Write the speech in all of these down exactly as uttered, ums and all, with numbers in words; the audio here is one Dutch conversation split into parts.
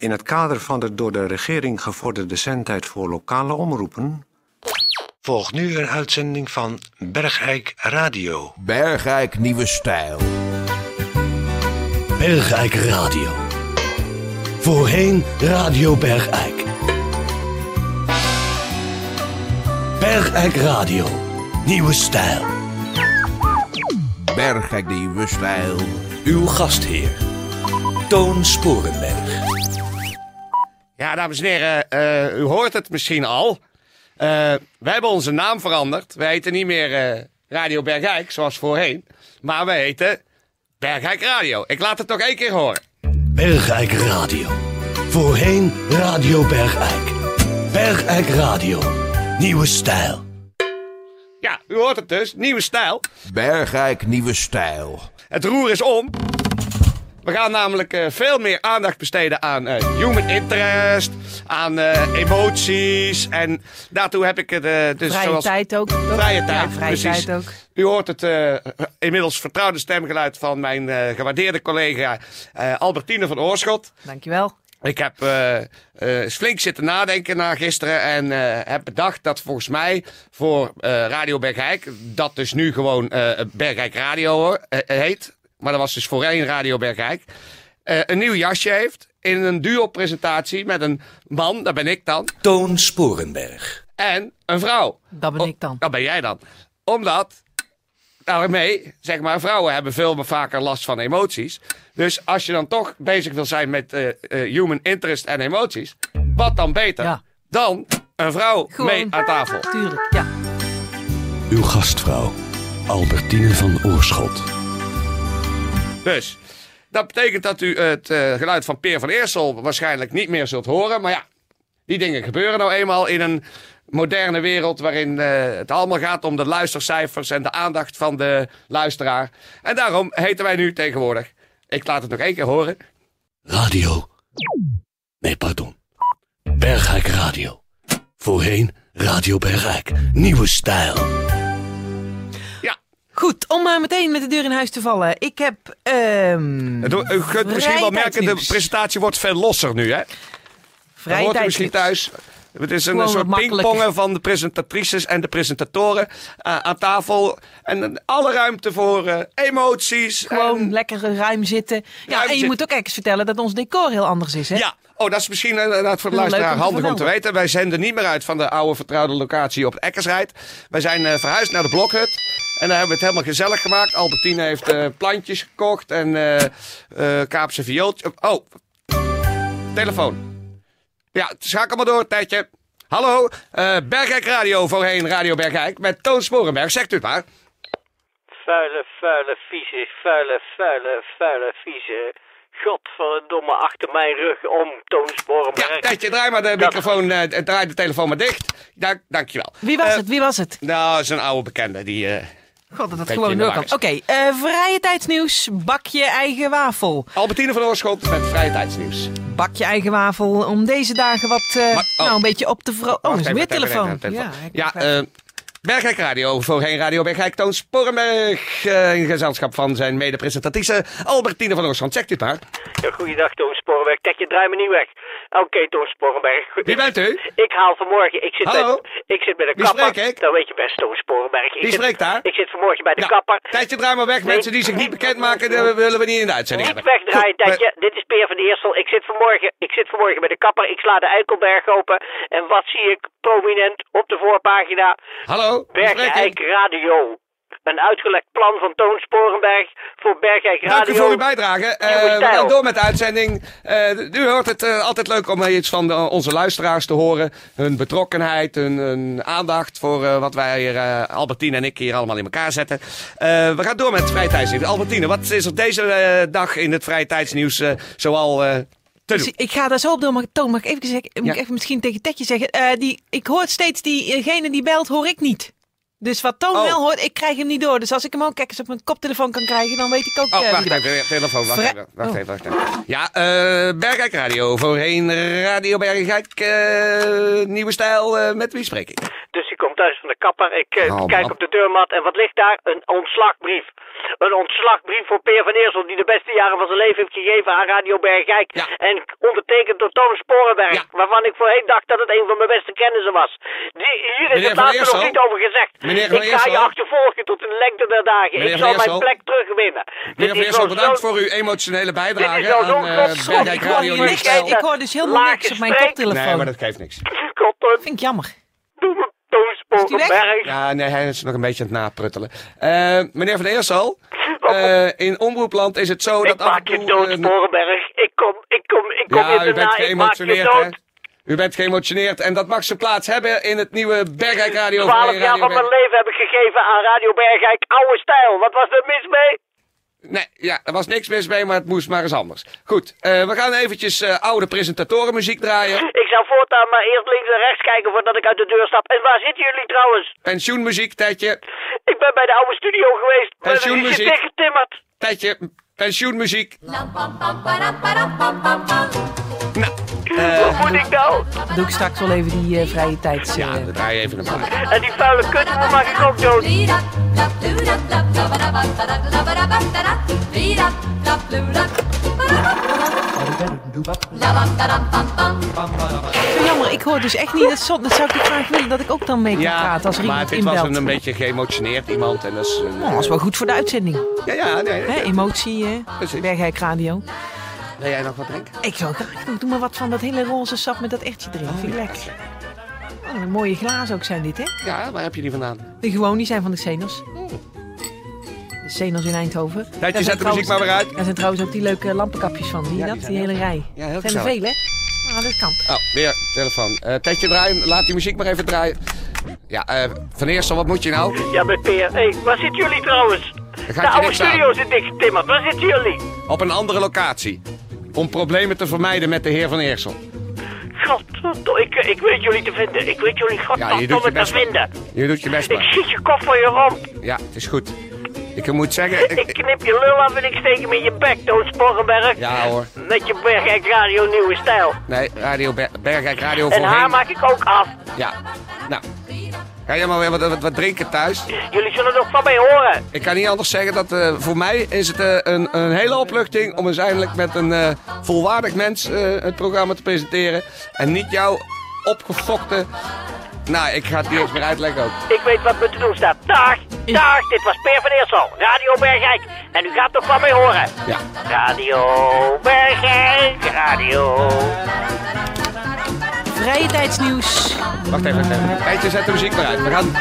In het kader van de door de regering gevorderde zendtijd voor lokale omroepen volgt nu een uitzending van Bergijk Radio. Bergijk Nieuwe Stijl. Bergijk Radio. Voorheen Radio Bergijk. Bergijk Radio. Nieuwe Stijl. Bergijk Nieuwe Stijl. Uw gastheer, Toon Sporenberg. Ja, dames en heren, uh, u hoort het misschien al. Uh, wij hebben onze naam veranderd. Wij heten niet meer uh, Radio Bergijk, zoals voorheen. Maar wij heten Bergijk Radio. Ik laat het nog één keer horen. Bergijk Radio. Voorheen Radio Bergijk. Bergijk Radio. Nieuwe Stijl. Ja, u hoort het dus. Nieuwe stijl. Bergijk Nieuwe Stijl. Het roer is om. We gaan namelijk uh, veel meer aandacht besteden aan uh, human interest, aan uh, emoties. En daartoe heb ik het uh, dus vrije zoals... tijd ook. Toch? Vrije tijd, ja, vrije precies. tijd ook. U hoort het uh, inmiddels vertrouwde stemgeluid van mijn uh, gewaardeerde collega uh, Albertine van Oorschot. Dankjewel. Ik heb uh, uh, flink zitten nadenken na gisteren en uh, heb bedacht dat volgens mij voor uh, Radio Bergijk, dat dus nu gewoon uh, Bergijk Radio uh, heet, maar dat was dus voorheen Radio Bergijk, uh, een nieuw jasje heeft in een duo-presentatie met een man, dat ben ik dan. Toon Sporenberg. En een vrouw. Dat ben ik dan. Dat ben jij dan. Omdat, daarmee, zeg maar, vrouwen hebben veel meer vaker last van emoties. Dus als je dan toch bezig wil zijn met uh, uh, human interest en emoties, wat dan beter Ja. dan een vrouw Gewoon. mee aan tafel. Tuurlijk, ja. Uw gastvrouw, Albertine van Oorschot. Dus, dat betekent dat u het uh, geluid van Peer van Eersel waarschijnlijk niet meer zult horen. Maar ja, die dingen gebeuren nou eenmaal in een moderne wereld waarin uh, het allemaal gaat om de luistercijfers en de aandacht van de luisteraar. En daarom heten wij nu tegenwoordig, ik laat het nog één keer horen. Radio. Nee, pardon. Bergijk Radio. Voorheen Radio Bergijk. Nieuwe Stijl. Ja, Goed, om maar meteen met de deur in huis te vallen. Ik heb... ehm het- u kunt misschien wel merken, de vrijheidsnieuws. presentatie wordt veel losser nu, hè? Dat hoort u misschien thuis. Het is een Gewoon soort wat makkelijker. pingpongen van de presentatrices en de presentatoren uh, aan tafel. En alle ruimte voor uh, emoties. Gewoon en... lekker ruim zitten. Ja, Ruim en je zitten. moet ook even vertellen dat ons decor heel anders is, hè? Ja, oh, dat is misschien uh, inderdaad voor de Leuk om luisteraar te handig om te vermelden. weten. Wij zenden niet meer uit van de oude vertrouwde locatie op het Eckersrijd. Wij zijn uh, verhuisd naar de Blokhut. En daar hebben we het helemaal gezellig gemaakt. Albertine heeft uh, plantjes gekocht en uh, uh, Kaapse viooltjes. Oh, telefoon. Ja, schakel maar door, een tijdje. Hallo, uh, Bergijk Radio, voorheen Radio Bergijk, met Toon Sporenberg. Zegt u het maar. Vuile, vuile, vieze, vuile, vuile, vuile, vieze. Godverdomme, achter mijn rug om, Toon Sporenberg. Ja, tijdje, draai maar de microfoon, uh, draai de telefoon maar dicht. Dank, dankjewel. Wie was Uh, het? Wie was het? Nou, dat is een oude bekende, die... Uh, God, dat het beetje gewoon in de door war kan. is. Oké, eh, vrije tijdsnieuws. Bak je eigen wafel. Albertine van Oorschot met vrije tijdsnieuws. Bak je eigen wafel om deze dagen wat, uh, Maar- oh. nou, een beetje op te vro... Oh, Wacht is een even, weer wacht even, telefoon. wacht even, Ja, wacht even. ik Ja, heb- uh, Bergijk Radio, voorheen Radio Bergijk, Toon Sporenberg. Uh, in gezelschap van zijn mede-presentatrice Albertine van Oorschot. Zegt u het maar. Ja, goeiedag, Toon Sporenberg. Kijk, je draai me niet weg. Oké, okay, Toon Sporenberg. Wie bent u? Ik haal vanmorgen... Ik zit, Hallo? met, ik zit met een Wie kapper. spreek ik? Dan weet je best, Toon Sporenberg. Ik Wie zit, spreekt daar? Ik zit vanmorgen bij de Ja, kapper. tijdje, draai maar weg. Nee, Mensen die zich niet niet- bekendmaken, dat willen we niet in de uitzending Niet hebben. wegdraaien, Goed, Tijdje. Dit is Peer van de Eersel. Ik zit, vanmorgen, ik zit vanmorgen bij de kapper. Ik sla de Eikelberg open. En wat zie ik prominent op de voorpagina? Hallo, wie spreek Bergijk ik? Radio. Een uitgelegd plan van Toon Sporenberg voor Bergijk Radio. Dank u voor uw bijdrage. Uh, Nieuwe we stijl. gaan door met de uitzending. Uh, u hoort het uh, altijd leuk om iets van de, onze luisteraars te horen. Hun betrokkenheid, hun, hun aandacht voor uh, wat wij hier, uh, Albertine en ik hier allemaal in elkaar zetten. Uh, we gaan door met het vrije tijdsnieuws. Albertine, wat is er deze uh, dag in het vrije tijdsnieuws uh, zoal uh, te doen? Dus ik ga daar zo op door, maar Toon, mag ik even, zeggen, moet Ja. ik even misschien tegen Tetje zeggen. Eh, die, ik hoor steeds diegene die belt, hoor ik niet. Dus wat Toon Oh. wel hoort, ik krijg hem niet door. Dus als ik hem ook kijk eens op mijn koptelefoon kan krijgen, dan weet ik ook... Oh, eh, wacht wie er- even, telefoon, wacht Vri- even, wacht Oh. even, wacht even. Ja, uh, Bergijk Radio, voorheen Radio Bergijk, uh, nieuwe stijl, uh, met wie spreek ik? Dus ik kom thuis van de kapper. Ik uh, Oh, kijk man. op de deurmat. En wat ligt daar? Een ontslagbrief. Een ontslagbrief voor Peer van Eersel, die de beste jaren van zijn leven heeft gegeven aan Radio Bergijk. Ja. En ondertekend door Toon Sporenberg. Ja. Waarvan ik voorheen dacht dat het een van mijn beste kennissen was. Die, hier is Meneer het van laatste Eersel? nog niet over gezegd. Meneer van ik ga je Eersel? achtervolgen tot in de lengte der dagen. Meneer ik van zal mijn Eersel? plek terugwinnen. Meneer Van Eersel, bedankt voor uw emotionele bijdrage aan uh, Bergijk Ik hoor, Radio hier niks, Nieuwstijl. ik hoor dus helemaal Lage niks op mijn streek. koptelefoon. Nee, maar dat geeft niks. God, Vind ik jammer. doe me Toon Sporenberg. Ja, nee, hij is nog een beetje aan het napruttelen. Uh, meneer Van Eersel, uh, in Omroepland is het zo Ik dat af en maak je toe... dood, uh, Sporenberg. Ik kom, ik kom, ik kom ja, in de u bent na, ik maak je geëmotioneerd, hè? dood. U bent geëmotioneerd en dat mag zijn plaats hebben in het nieuwe Bergijk Radio. Twaalf Vrije jaar Radio van mijn Bergijk. leven heb ik gegeven aan Radio Bergijk. Oude stijl. Wat was er mis mee? Nee, ja, er was niks mis mee, maar het moest maar eens anders. Goed, uh, we gaan eventjes uh, oude presentatorenmuziek draaien. Ik zou voortaan maar eerst links en rechts kijken voordat ik uit de deur stap. En waar zitten jullie trouwens? Pensioenmuziek, Tetje. Ik ben bij de oude studio geweest. Maar er is Pensioenmuziek. je dichtgetimmerd. Tetje, pensioenmuziek. Nou, Wat moet ik nou? Doe ik straks wel even die uh, vrije tijd. ja, dan draai je even een paar. En die vuile kutten maak ik ook dood. Zo jammer, ik hoor dus echt niet. Dat, zo, dat zou ik graag willen dat ik ook dan mee kan Ja, praten als er maar iemand dit was inbelt. een, een beetje geëmotioneerd iemand. En dat is, een, Oh, dat is wel goed voor de uitzending. Ja, ja, nee. Hè, emotie, hè? Precies. Bergijk Radio. Wil jij nog wat drinken? Ik zou graag doen. Doe maar wat van dat hele roze sap met dat ertje erin. Vind ik lekker. Oh, een mooie glazen ook zijn dit, hè? Ja, waar heb je die vandaan? De gewoon, die zijn van de Xenos. De Xenos in Eindhoven. Daar Tijdje, zijn zet de muziek maar weer uit. Daar zijn trouwens ook die leuke lampenkapjes van. Zie je Ja, dat? die Die zijn hele rij. Ja, heel zijn er gezellig. veel, hè? Nou, dat kan. Oh, weer telefoon. Uh, Tetje draaien, laat die muziek maar even draaien. Ja, uh, Van Eersel, wat moet je nou? Ja, met Peer. Hé, hey, waar zitten jullie trouwens? gaat De je oude niks aan. studio zit dichtgetimmerd. Waar zitten jullie? Op een andere locatie. Om problemen te vermijden met de heer Van Eersel. Godverdomme, ik, ik weet jullie te vinden. Ik weet jullie Ja, je doet je godverdomme te best maar. vinden. Je doet je best Ik maar. schiet je kop van je romp. Ja, het is goed. Ik moet zeggen... Ik Ik, knip je lul af en ik steek hem in je bek, Toon Sporenberg. ja hoor. Met je Bergijk Radio Nieuwe Stijl. Nee, Radio Ber Bergijk Radio En haar voorheen. maak ik ook af. Ja. Nou. Ga jij maar weer wat, wat, wat drinken thuis? Jullie zullen nog van mij horen. Ik kan niet anders zeggen dat uh, voor mij is het uh, een, een hele opluchting om eens eindelijk met een uh, volwaardig mens uh, het programma te presenteren. En niet jouw opgefokte... Nou, ik ga het niet eens meer uitleggen ook. Ik weet wat me te doen staat. Dag, dag, dit was Peer van Eersel, Radio Bergijk. En u gaat nog van mij horen. Ja. Radio Bergijk, radio. Vrije tijdsnieuws. Wacht even, wacht even. Tijdje, zet de muziek maar uit. We gaan...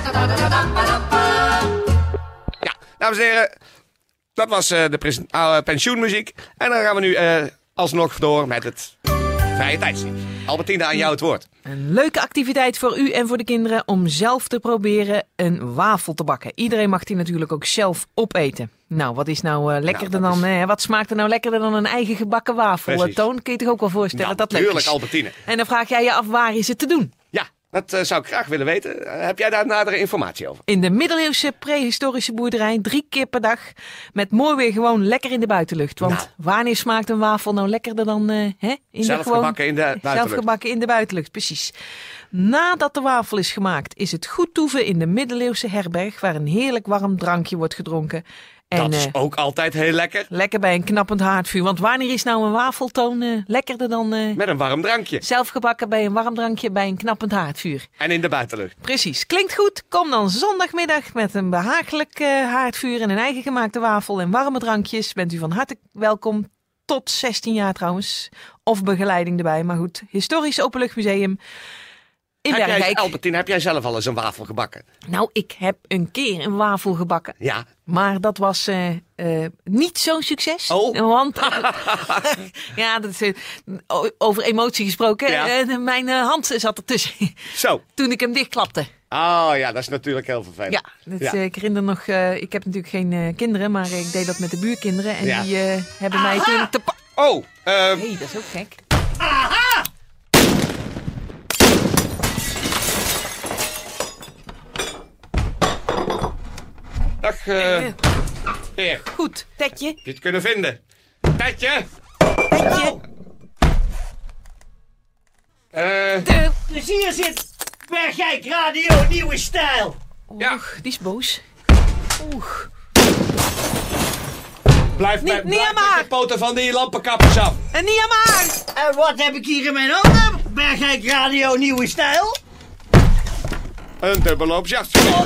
Ja, dames en heren. Dat was uh, de present- uh, pensioenmuziek. En dan gaan we nu uh, alsnog door met het vrije tijdsnieuws. Albertine, aan jou het woord. Een leuke activiteit voor u en voor de kinderen om zelf te proberen een wafel te bakken. Iedereen mag die natuurlijk ook zelf opeten. Nou, wat is nou uh, lekkerder Nou, dan, is... uh, wat smaakt er nou lekkerder dan een eigen gebakken wafel? Precies. Toon, kun je toch ook wel voorstellen Nou, dat dat leuk is? tuurlijk, Albertine. En dan vraag jij je af, waar is het te doen? Ja, dat uh, zou ik graag willen weten. Uh, heb jij daar nadere informatie over? In de middeleeuwse prehistorische boerderij, drie keer per dag. Met mooi weer gewoon lekker in de buitenlucht. Want Nou. wanneer smaakt een wafel nou lekkerder dan uh, hè? In Zelf de gewoon... gebakken in de buitenlucht. Zelf gebakken in de buitenlucht, precies. Nadat de wafel is gemaakt, is het goed toeven in de middeleeuwse herberg, waar een heerlijk warm drankje wordt gedronken. En, dat is uh, ook altijd heel lekker. lekker bij een knappend haardvuur. Want wanneer is nou een wafeltoon uh, lekkerder dan uh, Met een warm drankje. zelf gebakken bij een warm drankje bij een knappend haardvuur? En in de buitenlucht. Precies, klinkt goed. Kom dan zondagmiddag met een behagelijk uh, haardvuur en een eigen gemaakte wafel en warme drankjes. Bent u van harte welkom. Tot zestien jaar trouwens. Of begeleiding erbij. Maar goed, Historisch Openluchtmuseum in Heb jij, Bergijk. Albertine, heb jij zelf al eens een wafel gebakken? Nou, ik heb een keer een wafel gebakken. Ja. Maar dat was uh, uh, niet zo'n succes. Oh. Want, ja, dat is, uh, over emotie gesproken. Ja. Uh, mijn uh, hand zat ertussen Zo. toen ik hem dichtklapte. Oh ja, dat is natuurlijk heel vervelend. Ja, dat, Ja. uh, ik herinner nog, uh, ik heb natuurlijk geen uh, kinderen, maar ik deed dat met de buurkinderen. En Ja. die uh, hebben mij toen te pa- Oh, eh... Hé, hey, dat is ook gek. dag, eh... Peer. Goed, Tetje, Heb je het kunnen vinden? Tetje! Tetje. Eh... De plezier zit Bergijk Radio, nieuwe stijl. Oeh, Ja. die is boos. Oeh. Blijf Niet- met, niet blijf aan met maar. de poten van die lampenkappers af. En niet aan mijn haar. En wat heb ik hier in mijn handen? Bergijk Radio, nieuwe stijl. Een dubbelloopsjacht.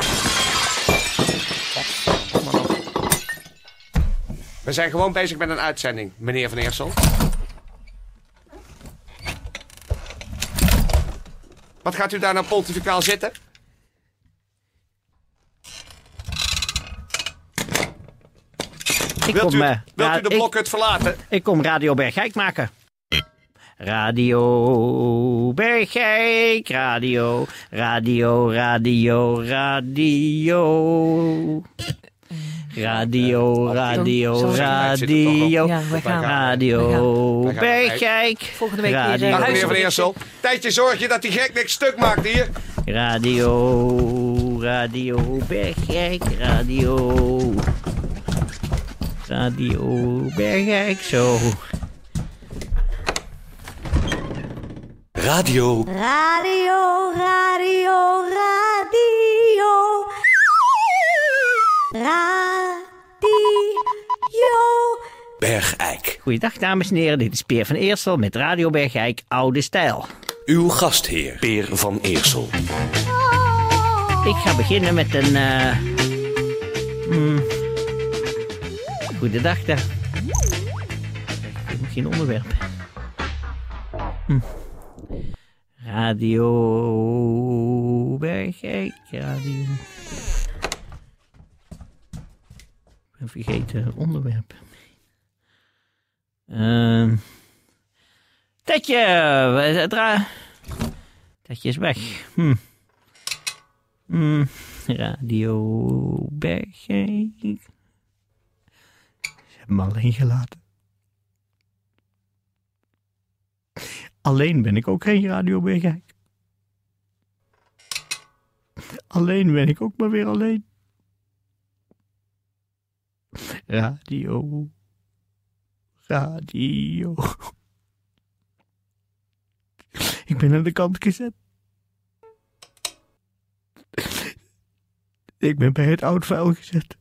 We zijn gewoon bezig met een uitzending, meneer Van Eersel. Wat gaat u daar nou pontificaal zitten? Ik Wilt kom, u, eh, wilt ra- u de ik- blokhut verlaten? Ik kom Radio Bergijk maken. Radio Bergijk, radio, radio, radio, radio. Radio, radio, Zo- zo- radio. Ja, we gaan. Radio We gaan. Bergijk. Volgende week weer, Radio, eh, Dag meneer Van huisbericht. Eersel. Tijdje zorg je dat die gek niks stuk maakt hier. Radio, radio Bergijk, radio. Radio Bergijk, zo. Radio Radio, radio, radio. Radio. Bergijk. Goeiedag dames en heren, dit is Peer van Eersel met Radio Bergijk Oude Stijl. Uw gastheer, Peer van Eersel. Ik ga beginnen met een... eh mm, goedendag daar. Ik heb geen onderwerp. Hm. Radio Bergijk, radio... Ik ben vergeten het onderwerp. Ehm Tetje, we- dra... Tetje is weg. Hm. Hm. Radio Bergijk. Ze hebben me alleen gelaten. Alleen ben ik ook geen Radio Bergijk. Alleen ben ik ook maar weer alleen. Radio. Radio. Ik ben aan de kant gezet. Ik ben bij het oud vuil gezet.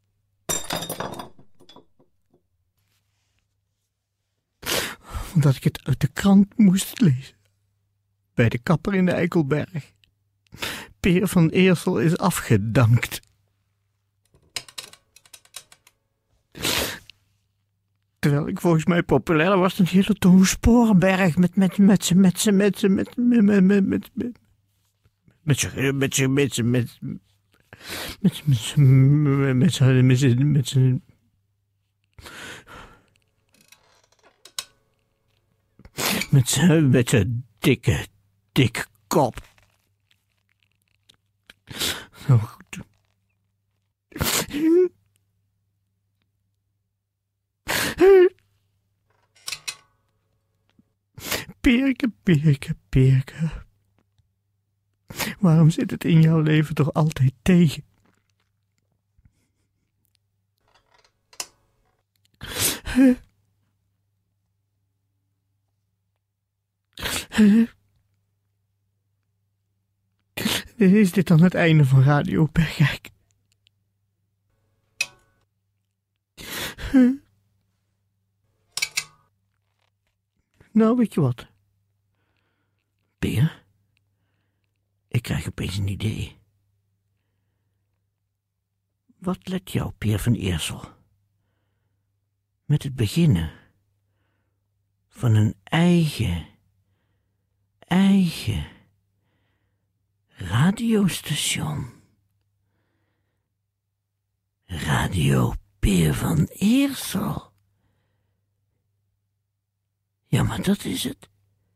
Omdat ik het uit de krant moest lezen. Bij de kapper in de Eikelberg. Peer van Eersel is afgedankt. Terwijl ik volgens mij populair was dan hele Toon Sporenberg met met met ze met ze met ze met met met met met met met ze met ze met ze met met met ze met ze met ze met ze met ze met ze dikke dikke kop. Zo goed. Peerke, Peerke, Peerke. Waarom zit het in jouw leven toch altijd tegen? Huh? Huh? Is dit dan het einde van Radio Bergijk? Huh? Nou, weet je wat? Peer? Ik krijg opeens een idee. Wat let jou, Peer van Eersel? Met het beginnen van een eigen, eigen radiostation. Radio Peer van Eersel. Ja, maar dat is het.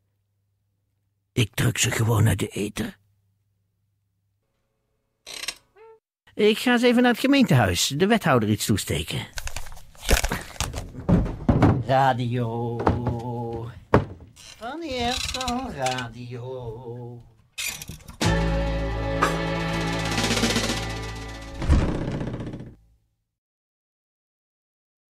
Ik druk ze gewoon uit de ether. Ik ga eens even naar het gemeentehuis. De wethouder iets toesteken. Zo. Radio. Van Eersel Radio.